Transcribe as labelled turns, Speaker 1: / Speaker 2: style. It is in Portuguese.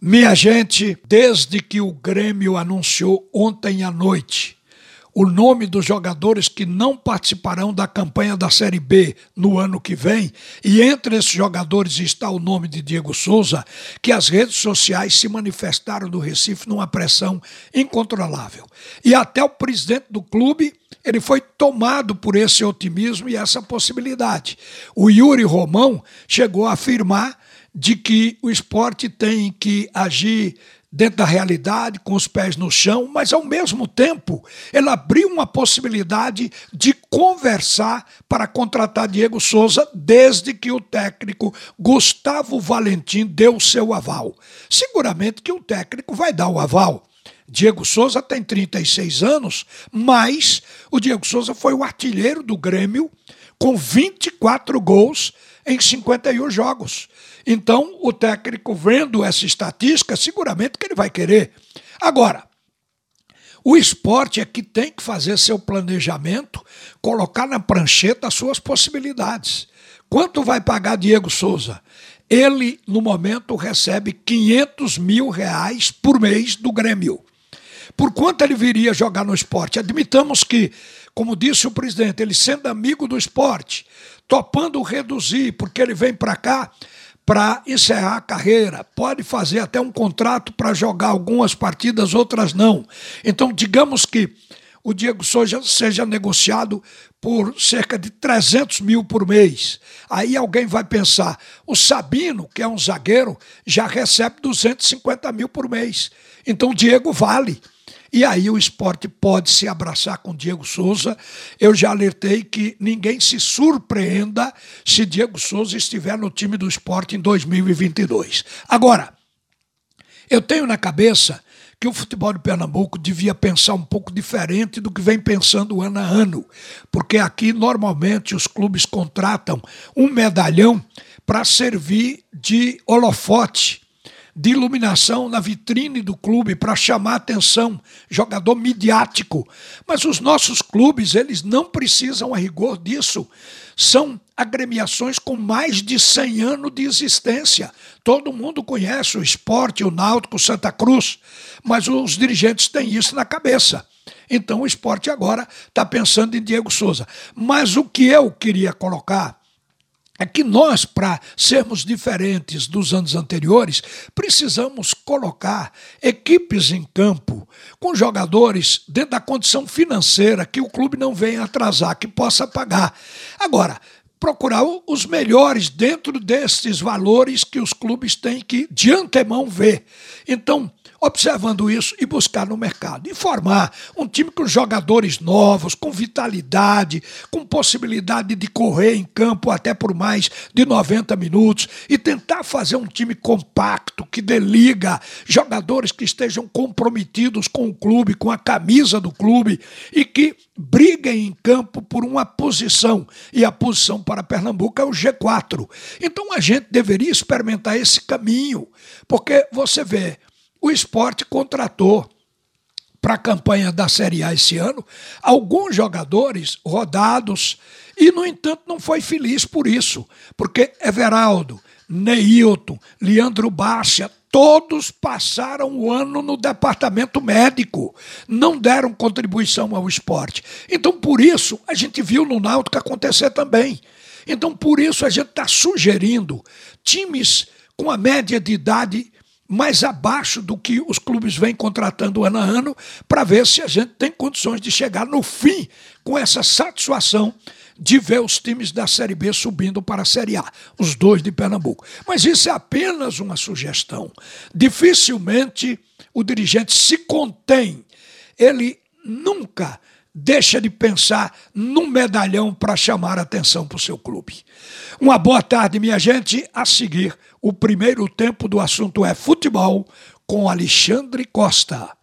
Speaker 1: Minha gente, desde que o Grêmio anunciou ontem à noite o nome dos jogadores que não participarão da campanha da Série B no ano que vem, e entre esses jogadores está o nome de Diego Souza, que as redes sociais se manifestaram no Recife numa pressão incontrolável. E até o presidente do clube, ele foi tomado por esse otimismo e essa possibilidade. O Yuri Romão chegou a afirmar de que o esporte tem que agir dentro da realidade, com os pés no chão, mas ao mesmo tempo ele abriu uma possibilidade de conversar para contratar Diego Souza desde que o técnico Gustavo Valentim deu o seu aval. Seguramente que o técnico vai dar o aval. Diego Souza tem 36 anos, mas o Diego Souza foi o artilheiro do Grêmio com 24 gols em 51 jogos. Então, o técnico, vendo essa estatística, seguramente que ele vai querer. Agora, o esporte é que tem que fazer seu planejamento, colocar na prancheta as suas possibilidades. Quanto vai pagar Diego Souza? Ele, no momento, recebe R$500 mil por mês do Grêmio. Por quanto ele viria jogar no esporte? Admitamos que, como disse o presidente, ele sendo amigo do esporte, topando reduzir, porque ele vem para cá para encerrar a carreira, pode fazer até um contrato para jogar algumas partidas, outras não. Então, digamos que o Diego Souza seja negociado por cerca de 300 mil por mês. Aí alguém vai pensar, o Sabino, que é um zagueiro, já recebe 250 mil por mês. Então, o Diego vale. E aí o esporte pode se abraçar com Diego Souza. Eu já alertei que ninguém se surpreenda se Diego Souza estiver no time do esporte em 2022. Agora, eu tenho na cabeça que o futebol de Pernambuco devia pensar um pouco diferente do que vem pensando ano a ano, porque aqui normalmente os clubes contratam um medalhão para servir de holofote, de iluminação na vitrine do clube para chamar atenção, jogador midiático. Mas os nossos clubes, eles não precisam a rigor disso. São agremiações com mais de 100 anos de existência. Todo mundo conhece o Sport, o Náutico, o Santa Cruz, mas os dirigentes têm isso na cabeça. Então o Sport agora está pensando em Diego Souza. Mas o que eu queria colocar é que nós, para sermos diferentes dos anos anteriores, precisamos colocar equipes em campo com jogadores dentro da condição financeira que o clube não venha atrasar, que possa pagar. Agora, procurar os melhores dentro desses valores que os clubes têm que, de antemão, ver. Então, observando isso e buscar no mercado. E formar um time com jogadores novos, com vitalidade, com possibilidade de correr em campo até por mais de 90 minutos e tentar fazer um time compacto, que dê liga, jogadores que estejam comprometidos com o clube, com a camisa do clube e que briguem em campo por uma posição. E a posição para Pernambuco é o G4. Então a gente deveria experimentar esse caminho, porque você vê, o esporte contratou para a campanha da Série A esse ano alguns jogadores rodados e, no entanto, não foi feliz por isso, porque Everaldo, Neilton, Leandro Bárcia, todos passaram o ano no departamento médico, não deram contribuição ao esporte. Então, por isso, a gente viu no Náutico acontecer também. Então, por isso, a gente está sugerindo times com a média de idade mais abaixo do que os clubes vêm contratando ano a ano, para ver se a gente tem condições de chegar no fim com essa satisfação de ver os times da Série B subindo para a Série A, os dois de Pernambuco. Mas isso é apenas uma sugestão. Dificilmente o dirigente se contém, ele nunca deixa de pensar num medalhão para chamar a atenção para o seu clube. Uma boa tarde, minha gente. A seguir, o primeiro tempo do assunto é futebol com Alexandre Costa.